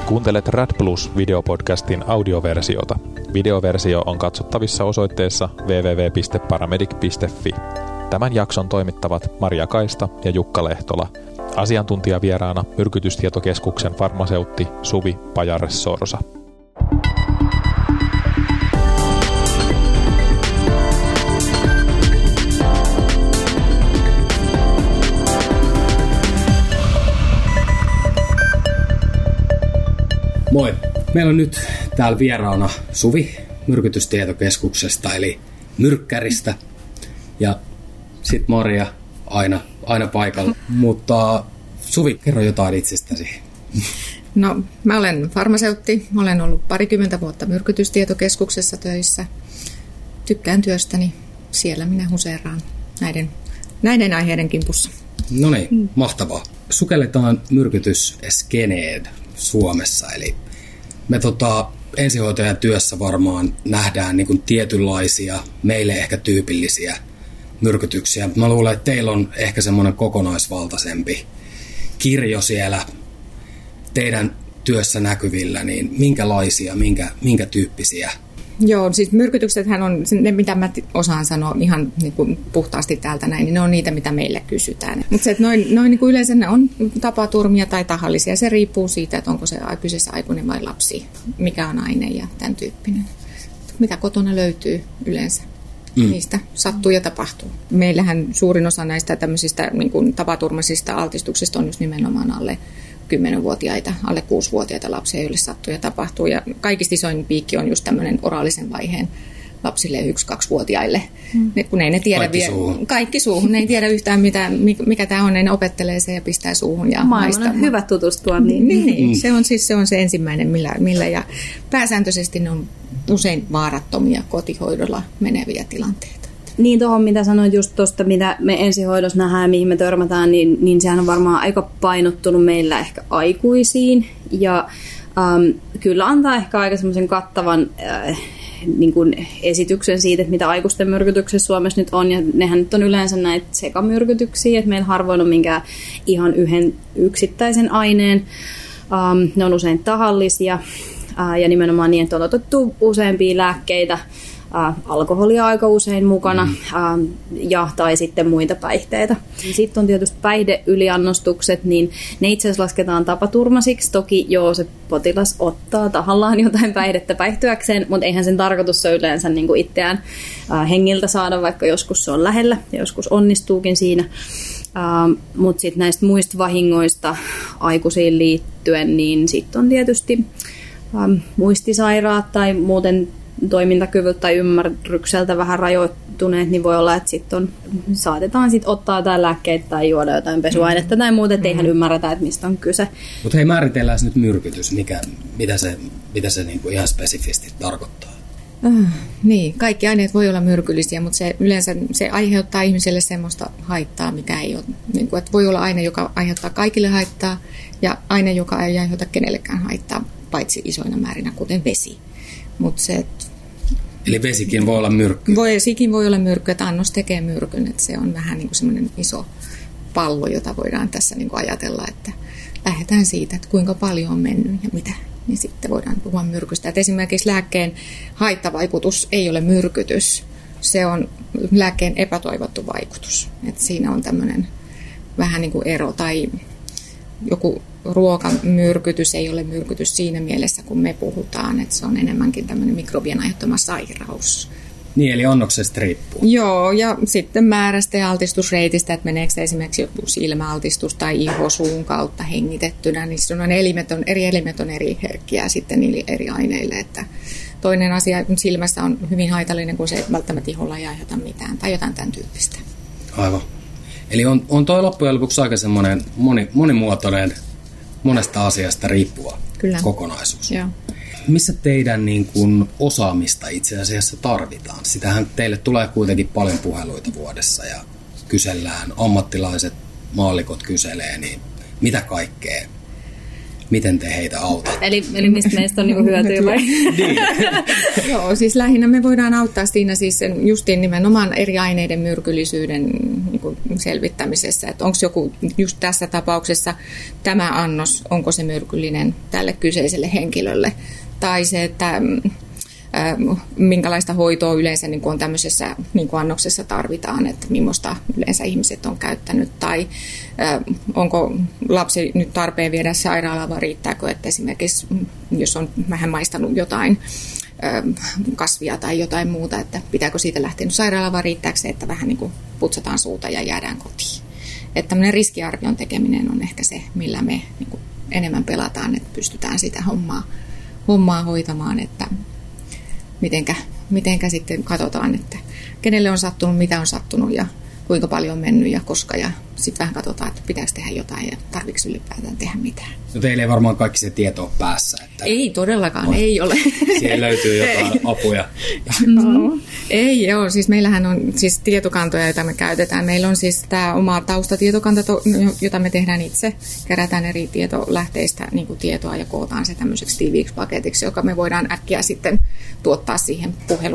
Kuuntelet Rad Plus -videopodcastin audioversiota. Videoversio on katsottavissa osoitteessa www.paramedic.fi. Tämän jakson toimittavat Maria Kaista ja Jukka Lehtola. Asiantuntijavieraana Myrkytystietokeskuksen farmaseutti Suvi Pajares-Sorsa. Moi! Meillä on nyt täällä vieraana Suvi Myrkytystietokeskuksesta eli Myrkkäristä ja sitten Maria aina paikalla. Mutta Suvi, kerro jotain itsestäsi. No, mä olen farmaseutti. Olen ollut 20 vuotta Myrkytystietokeskuksessa töissä. Tykkään työstäni. Siellä minä huseeraan näiden aiheiden kimpussa. No niin, mahtavaa. Sukelletaan myrkytysskeneen Suomessa. Eli me ensihoitajan työssä varmaan nähdään niin kuin tietynlaisia, meille ehkä tyypillisiä myrkytyksiä. Mä luulen, että teillä on ehkä semmoinen kokonaisvaltaisempi kirjo siellä teidän työssä näkyvillä, niin minkälaisia, minkä tyyppisiä? Joo, siis myrkytyksethän on ne, mitä mä osaan sanoa ihan niin kuin puhtaasti täältä näin, niin ne on niitä, mitä meille kysytään. Mutta se, että noin niin kuin yleensä ne on tapaturmia tai tahallisia, se riippuu siitä, että onko se kyseessä aikuinen vai lapsi, mikä on aine ja tämän tyyppinen. Mitä kotona löytyy yleensä. Niistä sattuu ja tapahtuu. Meillähän suurin osa näistä tämmöisistä niin kuin tapaturmaisista altistuksista on just nimenomaan alle 10-vuotiaita, alle 6-vuotiaita lapsia, joille sattuu ja tapahtuu. Ja kaikista isoin piikki on just tämmöinen oraalisen vaiheen lapsille 1-2-vuotiaille. Kun ei ne tiedä kaikki suuhun. Ne ei tiedä yhtään, mikä tämä on. Ne opettelee se ja pistää suuhun. Ja maailman on hyvä tutustua. Niin. Se on se ensimmäinen, millä ja pääsääntöisesti ne on usein vaarattomia kotihoidolla meneviä tilanteita. Niin tuohon, mitä sanoit just tuosta, mitä me ensihoidossa nähdään ja mihin me törmätään, niin sehän on varmaan aika painottunut meillä ehkä aikuisiin. Ja kyllä antaa ehkä aika semmoisen kattavan niin kuin esityksen siitä, että mitä aikuisten myrkytyksessä Suomessa nyt on. Ja nehän nyt on yleensä näitä sekamyrkytyksiä, että meillä harvoin on minkään ihan yhden yksittäisen aineen. Ne on usein tahallisia ja nimenomaan niin, että on otettu useampia lääkkeitä. Alkoholia aika usein mukana ja tai sitten muita päihteitä. Sitten on tietysti päihdeyliannostukset, niin ne itse asiassa lasketaan tapaturmasiksi. Toki se potilas ottaa tahallaan jotain päihdettä päihtyäkseen, mutta eihän sen tarkoitus ole yleensä niin kuin itseään hengiltä saada, vaikka joskus se on lähellä ja joskus onnistuukin siinä. Mutta sitten näistä muista vahingoista aikuisiin liittyen, niin sitten on tietysti muistisairaat tai muuten toimintakyvyt tai ymmärrykseltä vähän rajoittuneet, niin voi olla, että saatetaan ottaa jotain lääkkeitä tai juoda jotain pesuainetta tai muuta, että eihän ymmärretä, että mistä on kyse. Mutta hei, määritellään nyt myrkytys, mitä se niinku ihan spesifisti tarkoittaa? Niin, kaikki aineet voi olla myrkyllisiä, mutta yleensä se aiheuttaa ihmiselle semmoista haittaa, mikä ei ole. Niin kuin, että voi olla aine, joka aiheuttaa kaikille haittaa ja aine, joka ei aiheuta kenellekään haittaa, paitsi isoina määrinä, kuten vesi. Eli vesikin voi olla myrkky? Vesikin voi olla myrkky, että annos tekee myrkyn. Että se on vähän niin kuin semmoinen iso pallo, jota voidaan tässä niin kuin ajatella, että lähdetään siitä, että kuinka paljon on mennyt ja mitä. Niin sitten voidaan puhua myrkystä. Että esimerkiksi lääkkeen haittavaikutus ei ole myrkytys. Se on lääkkeen epätoivottu vaikutus. Että siinä on tämmöinen vähän niin kuin ero tai joku ruokamyrkytys ei ole myrkytys siinä mielessä, kun me puhutaan, että se on enemmänkin tämmöinen mikrobien aiheuttama sairaus. Niin, eli annoksesta riippuu. Joo, ja sitten määrästä ja altistusreitistä, että meneekö se esimerkiksi joku silmäaltistus tai iho suun kautta hengitettynä, niin eri elimet on eri herkkiä sitten niille eri aineille. Että toinen asia silmässä on hyvin haitallinen, kun se ei välttämättä iholla ei aiheuta mitään tai jotain tämän tyyppistä. Aivan. Eli on toi loppujen lopuksi aika semmoinen monimuotoinen, monesta asiasta riippuva kokonaisuus. Joo. Missä teidän niin kuin osaamista itse asiassa tarvitaan? Sitähän teille tulee kuitenkin paljon puheluita vuodessa ja kysellään, ammattilaiset maallikot kyselee, niin mitä kaikkea miten te heitä autatte? Eli mistä meistä on niinku hyötyä vai? Joo, siis lähinnä me voidaan auttaa siinä siis justiin nimenomaan eri aineiden myrkyllisyyden niin kuin selvittämisessä, että onko joku just tässä tapauksessa tämä annos, onko se myrkyllinen tälle kyseiselle henkilölle, tai se, että minkälaista hoitoa yleensä niin kuin on tämmöisessä niin kuin annoksessa tarvitaan, että millaista yleensä ihmiset on käyttänyt, tai onko lapsi nyt tarpeen viedä sairaalaan, vai riittääkö, että esimerkiksi jos on vähän maistanut jotain kasvia tai jotain muuta, että pitääkö siitä lähteä sairaalaan, vai riittääkö se, että vähän niin kuin putsataan suuta ja jäädään kotiin. Että tämmöinen riskiarvion tekeminen on ehkä se, millä me niin kuin enemmän pelataan, että pystytään sitä hommaa hoitamaan, että mitenkä sitten katsotaan, että kenelle on sattunut, mitä on sattunut ja kuinka paljon on mennyt ja koska. Ja sitten vähän katsotaan, että pitäisi tehdä jotain ja tarvitsi ylipäätään tehdä mitään. No teillä ei varmaan kaikki se tieto ole päässä. Että ei todellakaan, ei ole. Siellä löytyy jotain apuja. No, ei joo, siis meillähän on siis tietokantoja, joita me käytetään. Meillä on siis tämä oma taustatietokanta, jota me tehdään itse. Kerätään eri tietolähteistä niin kuin tietoa ja kootaan se tämmöiseksi tiiviiksi paketiksi, joka me voidaan äkkiä sitten tuottaa siihen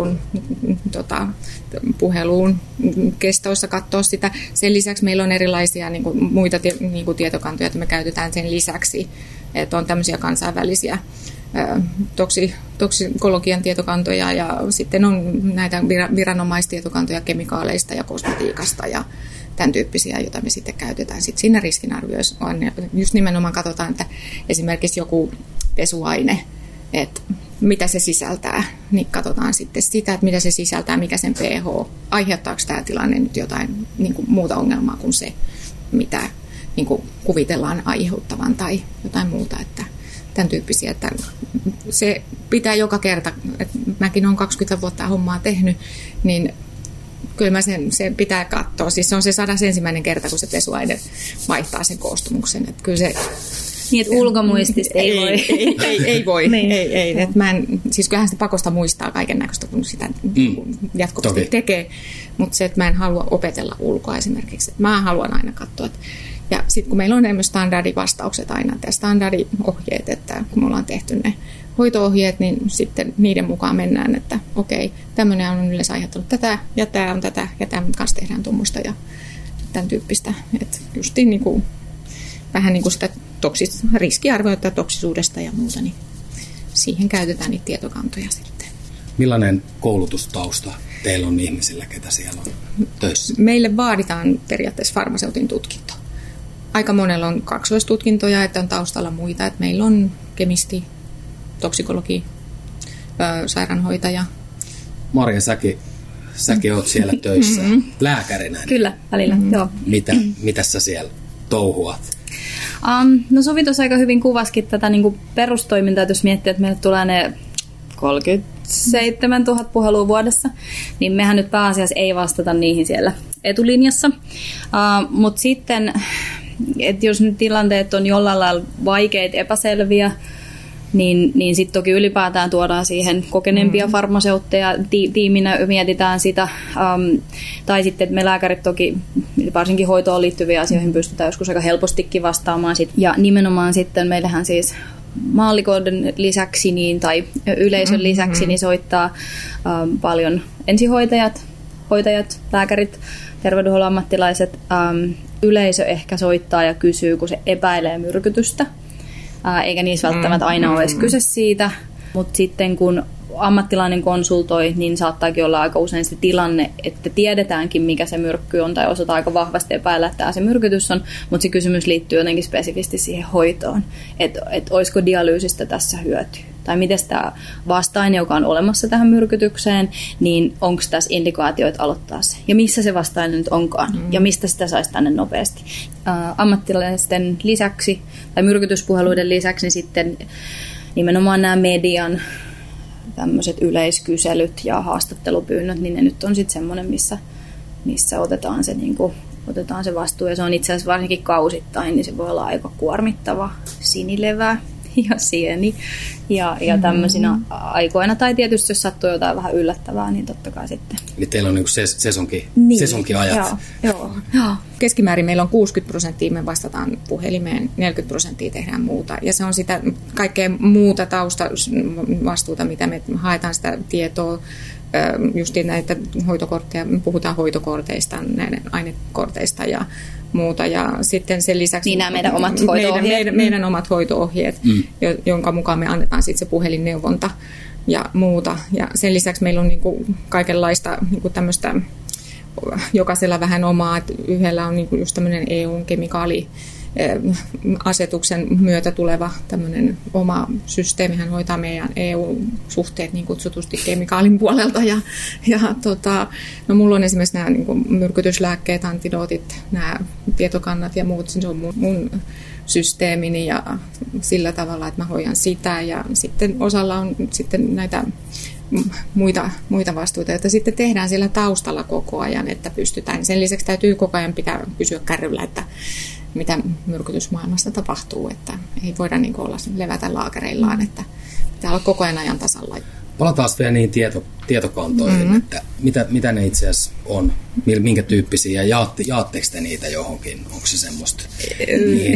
puheluun kestoissa, katsoa sitä. Sen lisäksi meillä on erilaisia niin kuin muita niin kuin tietokantoja, että me käytetään sen lisäksi, että on tämmöisiä kansainvälisiä toksikologian tietokantoja ja sitten on näitä viranomaistietokantoja kemikaaleista ja kosmetiikasta ja tämän tyyppisiä, joita me sitten käytetään. Sitten siinä riskinarvioissa on, just nimenomaan katsotaan, että esimerkiksi joku pesuaine, että mitä se sisältää, niin katsotaan sitten sitä, että mitä se sisältää, mikä sen pH, aiheuttaako tämä tilanne nyt jotain niin kuin muuta ongelmaa kuin se, mitä niin kuin kuvitellaan aiheuttavan tai jotain muuta, että tämän tyyppisiä, että se pitää joka kerta, että mäkin olen 20 vuotta hommaa tehnyt, niin kyllä mä sen pitää katsoa. Siis se on se 101. kerta, kun se pesuaine vaihtaa sen koostumuksen, että kyllä se niin, että ulkomuistista ei voi. Ei voi. Niin. Ei. Et mä en, siis kyllähän sitä pakosta muistaa kaiken näköistä, kun sitä jatkuvasti tekee. Mutta se, että mä en halua opetella ulkoa esimerkiksi. Että mä haluan aina katsoa. Ja sitten kun meillä on nämä standardivastaukset aina, ja standardiohjeet, että kun me ollaan tehty ne hoito-ohjeet, niin sitten niiden mukaan mennään, että okei, tämmöinen on yleensä aiheuttanut tätä, ja tämä on tätä, ja tämän kanssa tehdään tuommoista, ja tämän tyyppistä. Että justiin niin kuin, vähän niin kuin sitä riskiarvioita toksisuudesta ja muuta, niin siihen käytetään niitä tietokantoja sitten. Millainen koulutustausta teillä on ihmisillä, ketä siellä on töissä? Meille vaaditaan periaatteessa farmaseutin tutkinto. Aika monella on kaksoistutkintoja, että on taustalla muita. Että meillä on kemisti, toksikologi, sairaanhoitaja. Marja, säkin oot siellä töissä lääkärinä. Kyllä, välillä, joo. Mitä sä siellä touhuat? No Suvi tuossa aika hyvin kuvasikin tätä niin kuin perustoimintaa, jos miettii, että meille tulee ne 37 000 puhelua vuodessa, niin mehän nyt pääasiassa ei vastata niihin siellä etulinjassa. Mutta sitten, että jos nyt tilanteet on jollain lailla vaikeita, epäselviä, niin sitten toki ylipäätään tuodaan siihen kokeneempia farmaseutteja, tiiminä mietitään sitä, tai sitten että me lääkärit toki varsinkin hoitoon liittyviä asioihin pystytään joskus aika helpostikin vastaamaan. Ja nimenomaan sitten meillähän siis maallikoiden lisäksi tai yleisön lisäksi niin soittaa paljon ensihoitajat, hoitajat, lääkärit, terveydenhuollon ammattilaiset. Yleisö ehkä soittaa ja kysyy, kun se epäilee myrkytystä. Eikä niissä välttämättä aina ole edes kyse siitä, mutta sitten kun ammattilainen konsultoi, niin saattaakin olla aika usein se tilanne, että tiedetäänkin, mikä se myrkky on, tai osataan aika vahvasti epäillä, että tämä se myrkytys on, mutta se kysymys liittyy jotenkin spesifisti siihen hoitoon, että olisiko dialyysistä tässä hyötyä. Tai miten tämä vasta-aine, joka on olemassa tähän myrkytykseen, niin onko tässä indikaatioita aloittaa se? Ja missä se vasta-aine nyt onkaan? Ja mistä sitä saisi tänne nopeasti? Ammattilaisten lisäksi, tai myrkytyspuheluiden lisäksi, niin sitten nimenomaan nämä median tämmöiset yleiskyselyt ja haastattelupyynnöt, niin ne nyt on sitten semmoinen, missä otetaan se vastuu. Ja se on itse asiassa varsinkin kausittain, niin se voi olla aika kuormittava sinilevä ja sieni. Ja tämmöisinä aikoina, tai tietysti jos sattuu jotain vähän yllättävää, niin totta kai sitten. Eli teillä on sesonkiajat. Joo. Keskimäärin meillä on 60%, me vastataan puhelimeen, 40% tehdään muuta. Ja se on sitä kaikkea muuta taustavastuuta, mitä me haetaan sitä tietoa, just näitä hoitokortteja, me puhutaan hoitokorteista, näiden ainekorteista ja muuta. Ja sitten sen lisäksi niin nämä meidän omat hoito-ohjeet. Meidän omat hoito-ohjeet, jonka mukaan me annetaan sitten se puhelinneuvonta ja muuta. Ja sen lisäksi meillä on niinku kaikenlaista niinku tämmöistä, jokaisella vähän omaa, että yhdellä on niinku just tämmöinen EU-kemikaaliasetuksen myötä tuleva tämmöinen oma systeemi. Hän hoitaa meidän EU-suhteet niin kutsutusti kemikaalin puolelta. No mulla on esimerkiksi nämä niinku myrkytyslääkkeet, antidootit, nämä tietokannat ja muut. Se on mun systeemini ja sillä tavalla, että mä hoidan sitä. Ja sitten osalla on sitten näitä muita vastuuta, joita sitten tehdään siellä taustalla koko ajan, että pystytään. Sen lisäksi täytyy koko ajan pitää pysyä kärryllä, että mitä myrkytysmaailmassa tapahtuu, että ei voida niin kuin olla levätä laakereillaan, että pitää olla koko ajan tasalla. Palataan vielä niihin tietokantoihin, että mitä ne itse asiassa on, minkä tyyppisiä, ja jaatteko te niitä johonkin, onko se semmoista? Niin.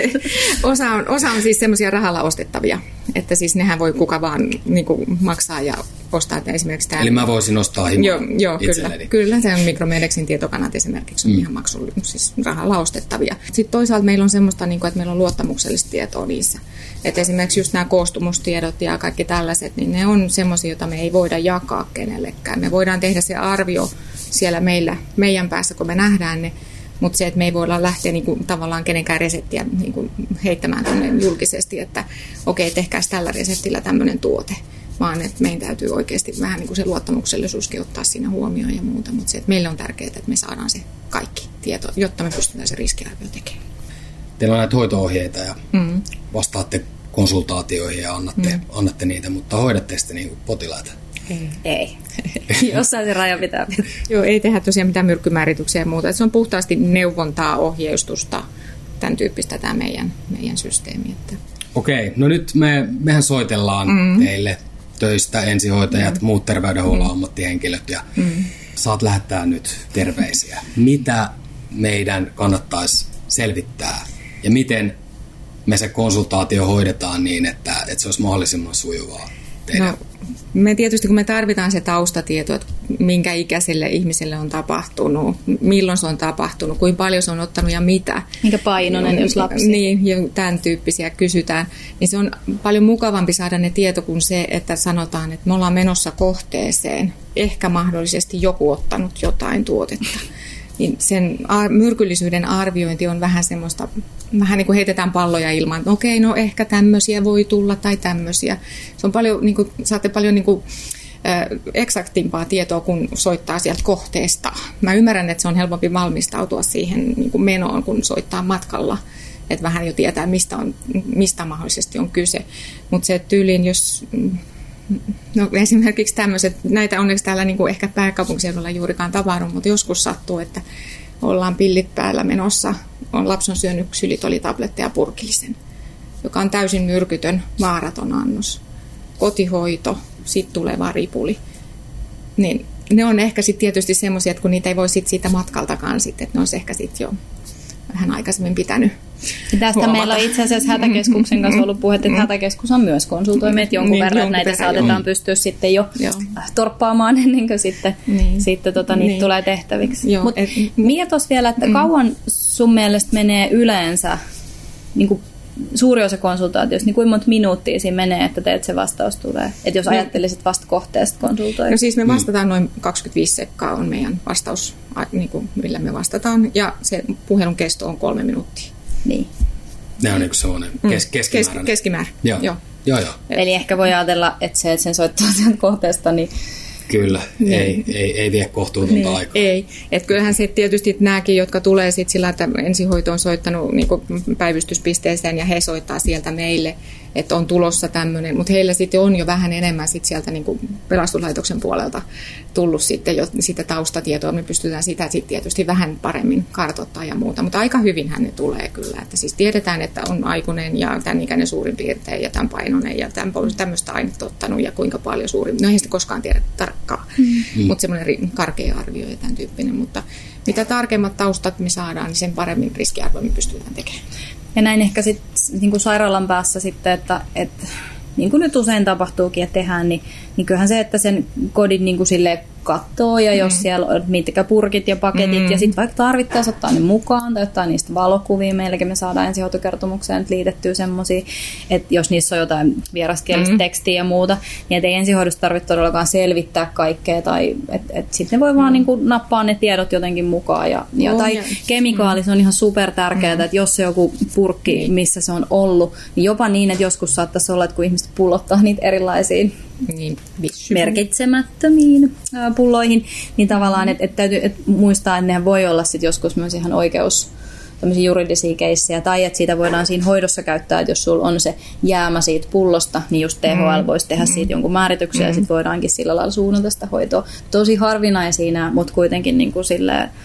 Osa on siis semmoisia rahalla ostettavia, että siis nehän voi kuka vaan niin kuin maksaa ja ostaa esimerkiksi tämä. Eli mä voisin ostaa Joo, kyllä, se on Micromedexin tietokannat esimerkiksi on ihan siis rahalla ostettavia. Sitten toisaalta meillä on semmoista, että meillä on luottamuksellista tietoa niissä. Että esimerkiksi just nämä koostumustiedot ja kaikki tällaiset, niin ne on semmoisia, joita me ei voida jakaa kenellekään. Me voidaan tehdä se arvio siellä meidän päässä, kun me nähdään ne, mutta se, että me ei voida lähteä niin kuin, tavallaan kenenkään reseptiä niin kuin, heittämään tuonne julkisesti, että okei, tehkääs tällä reseptillä tämmöinen tuote, vaan että meidän täytyy oikeasti vähän niin kuin se luottamuksellisuuskin ottaa siinä huomioon ja muuta, mutta se, että meille on tärkeää, että me saadaan se kaikki tieto, jotta me pystytään se riskiarvio tekemään. Teillä on näitä hoito-ohjeita ja vastaatte konsultaatioihin ja annatte niitä, mutta hoidatteko te niin potilaita? Ei. Jossain se raja pitää. Joo, ei tehdä tosiaan mitään myrkkymäärityksiä ja muuta. Se on puhtaasti neuvontaa, ohjeistusta, tämän tyyppistä tämä meidän systeemi. Että. Okei, no nyt mehän soitellaan teille töistä, ensihoitajat, muut terveydenhuollon ammattihenkilöt ja saat lähettää nyt terveisiä. Mitä meidän kannattaisi selvittää ja miten me se konsultaatio hoidetaan niin, että se olisi mahdollisimman sujuvaa tehdä? No, me tietysti, kun me tarvitaan se taustatieto, että minkä ikäiselle ihmiselle on tapahtunut, milloin se on tapahtunut, kuinka paljon se on ottanut ja mitä. Minkä painoinen, jos lapsi. Niin, ja tämän tyyppisiä kysytään. Niin se on paljon mukavampi saada ne tieto kuin se, että sanotaan, että me ollaan menossa kohteeseen. Ehkä mahdollisesti joku ottanut jotain tuotetta. Niin sen myrkyllisyyden arviointi on vähän semmoista, vähän niin kuin heitetään palloja ilmaan, että okei, no ehkä tämmöisiä voi tulla tai tämmöisiä. Se on paljon, niin kuin, saatte paljon niin kuin, eksaktimpaa tietoa, kun soittaa sieltä kohteesta. Mä ymmärrän, että se on helpompi valmistautua siihen niin kuin menoon, kun soittaa matkalla. Että vähän jo tietää, mistä mahdollisesti on kyse. Mutta se tyyliin, jos. No esimerkiksi tämmöiset, näitä onneksi täällä niin kuin ehkä pääkaupunkiseudulla juurikaan tapahdu, mutta joskus sattuu, että ollaan pillit päällä menossa, lapsi on syönyt ksylitolitabletteja purkillisen, joka on täysin myrkytön, vaaraton annos. Kotihoito, sitten tuleva ripuli. Niin ne on ehkä sitten tietysti semmoisia, että kun niitä ei voi sit siitä matkaltakaan sitten, että ne olisi ehkä sitten jo vähän aikaisemmin pitänyt. Tästä meillä on itse asiassa Hätäkeskuksen kanssa ollut puhetta, että Hätäkeskus on myös konsultoimme jonkun verran, että näitä saatetaan pystyä sitten jo torppaamaan ennen kuin sitten niitä tulee tehtäviksi. Mutta Mia tuossa vielä, että kauan sun mielestä menee yleensä niin kuin suuri osa konsultaatiosta, niin kuinka monta minuuttia siinä menee, että teet se vastaus tulee? Että jos ajattelisit vasta kohteesta konsultoida. No siis me vastataan noin 25 sekkaa on meidän vastaus, niin kuin millä me vastataan, ja se puhelun kesto on 3 minuuttia. Niin. Ne on yksi sellainen keskimääräinen. Keskimäärä, joo. Eli ehkä voi ajatella, että se, että sen soittaa sieltä kohteesta, niin kyllä, ei vie kohtuutonta aikaa. Ei, että kyllähän se tietysti nämäkin, jotka tulee sitten sillä, että ensihoito on soittanut niin kuin päivystyspisteeseen ja he soittaa sieltä meille, että on tulossa tämmöinen, mutta heillä sitten on jo vähän enemmän sit sieltä niin kuin pelastuslaitoksen puolelta tullut sitten jo sitä taustatietoa. Me pystytään sitä sitten tietysti vähän paremmin kartoittaa ja muuta, mutta aika hyvinhän ne tulee kyllä. Että siis tiedetään, että on aikuinen ja tämän ikäinen suurin piirtein ja tämän painoinen ja tämmöistä ainetta ottanut ja kuinka paljon suurin. No eihän sitä koskaan tiedä tarkkaan, mutta semmoinen karkea arvio ja tämän tyyppinen. Mutta mitä tarkemmat taustat me saadaan, niin sen paremmin riskiarvoa me pystytään tekemään. Ja näin ehkä sitten niin sairaalan päässä sitten, että niin kuin nyt usein tapahtuukin ja tehdään, niin kyllähän se, että sen kodin niin kuin silleen katsoo ja jos siellä on mitkä purkit ja paketit ja sitten vaikka tarvittaisiin ottaa ne mukaan tai ottaa niistä valokuvia. Meilläkin me saadaan ensihoitokertomukseen nyt liitettyä semmoisia, että jos niissä on jotain vieraskielistä tekstiä ja muuta, niin ei ensihoidossa tarvitse todellakaan selvittää kaikkea tai että sitten ne voi vaan niin kuin nappaa ne tiedot jotenkin mukaan. Tai kemikaalis on ihan super tärkeää, että jos se joku purkki, missä se on ollut, niin jopa niin, että joskus saattaisi olla, että kun ihmiset pullottaa niitä erilaisiin merkitsemättömiin pulloihin, niin tavallaan, että täytyy muistaa, että ne voi olla sit joskus myös ihan oikeus tämmöisiä juridisia keissejä, tai että siitä voidaan siinä hoidossa käyttää, että jos sulla on se jäämä siitä pullosta, niin just THL voisi tehdä siitä jonkun määrityksen, ja sitten voidaankin sillä lailla suunnata sitä hoitoa. Tosi harvinaisia, mutta kuitenkin niin kuin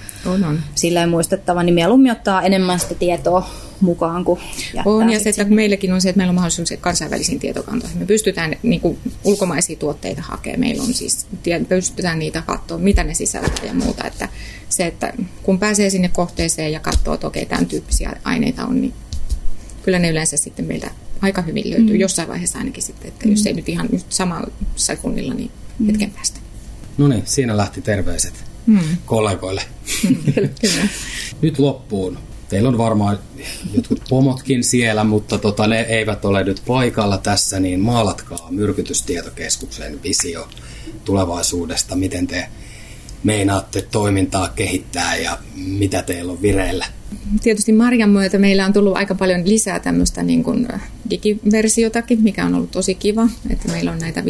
silleen muistettava, niin mieluummin ottaa enemmän sitä tietoa mukaan kuin jättää. On, ja se, että meilläkin on se, että meillä on mahdollisuus kansainvälisiin tietokantoihin. Me pystytään niin kuin ulkomaisia tuotteita hakemaan. Meillä on siis, pystytään niitä katsoa, mitä ne sisältää ja muuta. Että se, että kun pääsee sinne kohteeseen ja katsoo, että okei, tämän tyyppisiä aineita on, niin kyllä ne yleensä sitten meiltä aika hyvin löytyy. Jossain vaiheessa ainakin sitten, että jos ei nyt ihan nyt samalla sekunnilla, niin hetken päästä. No niin, siinä lähti terveiset kollegoille. Kyllä. Nyt loppuun. Teillä on varmaan jotkut pomotkin siellä, mutta ne eivät ole nyt paikalla tässä, niin maalatkaa Myrkytystietokeskuksen visio tulevaisuudesta. Miten te meinaatte toimintaa kehittää ja mitä teillä on vireillä? Tietysti Marjan myötä meillä on tullut aika paljon lisää tämmöistä niin kuin digiversiotakin, mikä on ollut tosi kiva, että meillä on näitä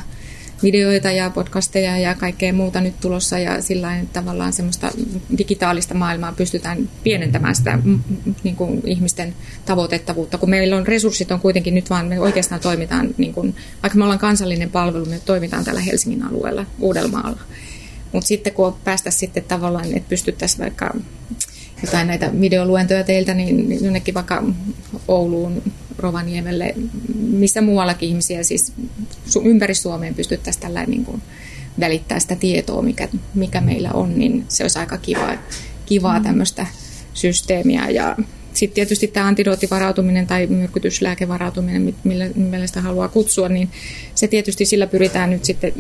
videoita ja podcasteja ja kaikkea muuta nyt tulossa ja sillain tavallaan semmoista digitaalista maailmaa pystytään pienentämään sitä niin kuin ihmisten tavoitettavuutta, kun meillä on resurssit on kuitenkin nyt vaan, me oikeastaan toimitaan, niin kuin, vaikka me ollaan kansallinen palvelu, me toimitaan täällä Helsingin alueella, Uudellamaalla. Mutta sitten kun päästäisiin sitten tavallaan, että pystyttäisiin vaikka jotain näitä videoluentoja teiltä, niin jonnekin vaikka Ouluun, Rovaniemelle, missä muuallakin ihmisiä, siis ympäri Suomeen pystyttäisiin tällä niin kuin välittää sitä tietoa, mikä meillä on, niin se olisi aika kivaa tämmöistä systeemiä. Ja sitten tietysti tämä antidoottivarautuminen tai myrkytyslääkevarautuminen, millä sitä haluaa kutsua, niin se tietysti sillä pyritään nyt sitten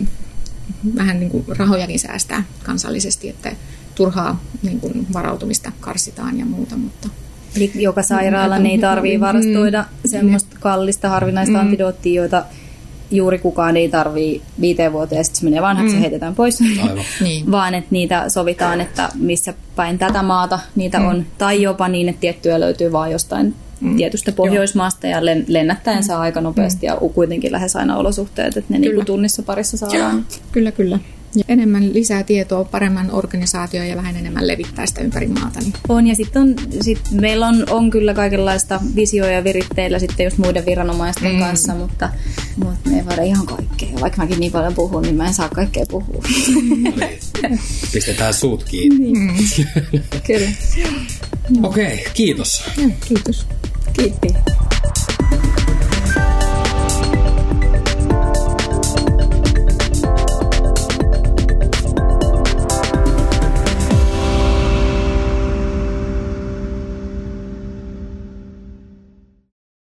vähän niin kuin rahojakin säästää kansallisesti, että turhaa niin kuin varautumista karsitaan ja muuta, mutta eli joka sairaalan ei tarvitse varastoida semmoista kallista harvinaista antidoottia, joita juuri kukaan ei tarvitse 5 vuoteen ja sitten se menee vanhaksi ja heitetään pois. Vaan että niitä sovitaan, että missä päin tätä maata niitä on. Tai jopa niin, että tiettyjä löytyy vaan jostain tietystä Pohjoismaasta ja lennättäen saa aika nopeasti ja kuitenkin lähes aina olosuhteet, että ne niin tunnissa parissa saadaan. Kyllä. Ja enemmän lisää tietoa, paremman organisaatio ja vähän enemmän levittää sitä ympäri maata. Niin. On, ja sitten meillä on kyllä kaikenlaista visioja viritteillä sitten just muiden viranomaisten kanssa, mutta me ei voida ihan kaikkea. Vaikka mäkin niin paljon puhun, niin mä en saa kaikkea puhua. Pistetään suut kiinni. Kyllä. Okei, kiitos. Kiitos. Kiitti.